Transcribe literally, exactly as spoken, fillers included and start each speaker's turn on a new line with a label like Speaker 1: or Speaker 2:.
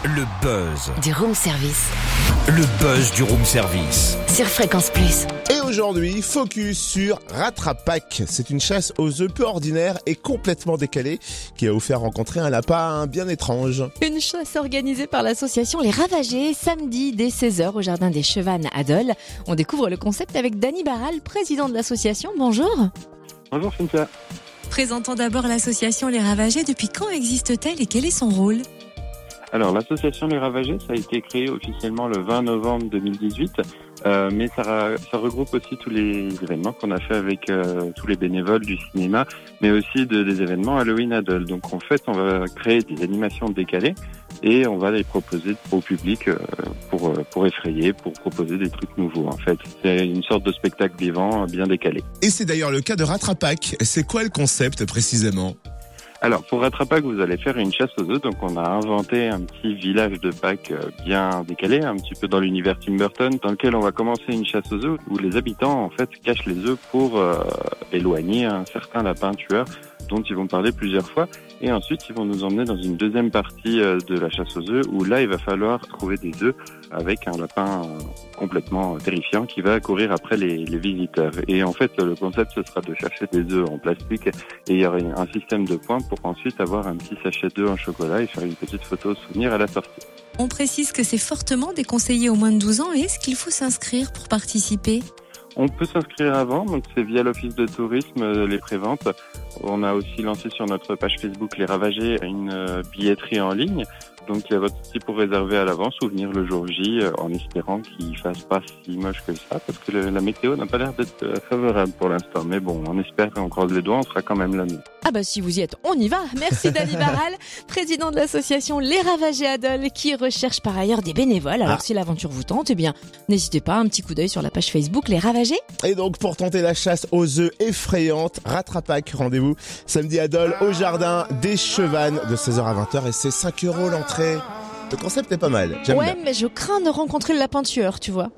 Speaker 1: Le buzz.
Speaker 2: Du room service.
Speaker 1: Le buzz du room service.
Speaker 2: Sur Fréquence Plus.
Speaker 3: Et aujourd'hui, focus sur Rattrapac. C'est une chasse aux œufs peu ordinaire et complètement décalée qui a vous faire rencontrer un lapin bien étrange.
Speaker 4: Une chasse organisée par l'association Les Ravagés, samedi dès seize heures au jardin des Chevannes à Dole. On découvre le concept avec Dany Barral, président de l'association. Bonjour.
Speaker 5: Bonjour Cynthia.
Speaker 4: Présentons d'abord l'association Les Ravagés. Depuis quand existe-t-elle et quel est son rôle ?
Speaker 5: Alors l'association Les Ravagés, ça a été créé officiellement le vingt novembre deux mille dix-huit, euh, mais ça, ça regroupe aussi tous les événements qu'on a fait avec euh, tous les bénévoles du cinéma, mais aussi de, des événements Halloween à Dole. Donc en fait, on va créer des animations décalées et on va les proposer au public euh, pour, pour effrayer, pour proposer des trucs nouveaux. En fait, c'est une sorte de spectacle vivant bien décalé.
Speaker 3: Et c'est d'ailleurs le cas de Rattrapac. C'est quoi le concept précisément ?
Speaker 5: Alors, pour Rattrapac, vous allez faire une chasse aux œufs. Donc, on a inventé un petit village de Pâques bien décalé, un petit peu dans l'univers Tim Burton, dans lequel on va commencer une chasse aux œufs où les habitants, en fait, cachent les œufs pour euh, éloigner un certain lapin tueur dont ils vont parler plusieurs fois. Et ensuite, ils vont nous emmener dans une deuxième partie de la chasse aux œufs où là, il va falloir trouver des œufs avec un lapin complètement terrifiant qui va courir après les, les visiteurs. Et en fait, le concept, ce sera de chercher des œufs en plastique et il y aura un système de points pour ensuite avoir un petit sachet d'œufs en chocolat et faire une petite photo souvenir à la sortie.
Speaker 4: On précise que c'est fortement déconseillé aux moins de douze ans. Et est-ce qu'il faut s'inscrire pour participer ?
Speaker 5: On peut s'inscrire avant, donc c'est via l'office de tourisme, les préventes. On a aussi lancé sur notre page Facebook Les Ravagés une billetterie en ligne. Donc il y a votre petit pour réserver à l'avance ou venir le jour J en espérant qu'il fasse pas si moche que ça parce que le, la météo n'a pas l'air d'être favorable pour l'instant. Mais bon, on espère, on croise les doigts, on fera quand même la nuit.
Speaker 4: Ah bah si vous y êtes, on y va. Merci Dany Barral, président de l'association Les Ravagés à Dole qui recherche par ailleurs des bénévoles. Alors ah. si l'aventure vous tente, eh bien n'hésitez pas, un petit coup d'œil sur la page Facebook Les Ravagés.
Speaker 3: Et donc pour tenter la chasse aux œufs effrayantes, Rattrapac, rendez-vous samedi à Dole au jardin des Chevannes de seize heures à vingt heures et c'est cinq euros l'entrée. Le concept est pas mal, j'aime
Speaker 4: ouais,
Speaker 3: bien.
Speaker 4: mais je crains de rencontrer le lapin tueur, tu vois.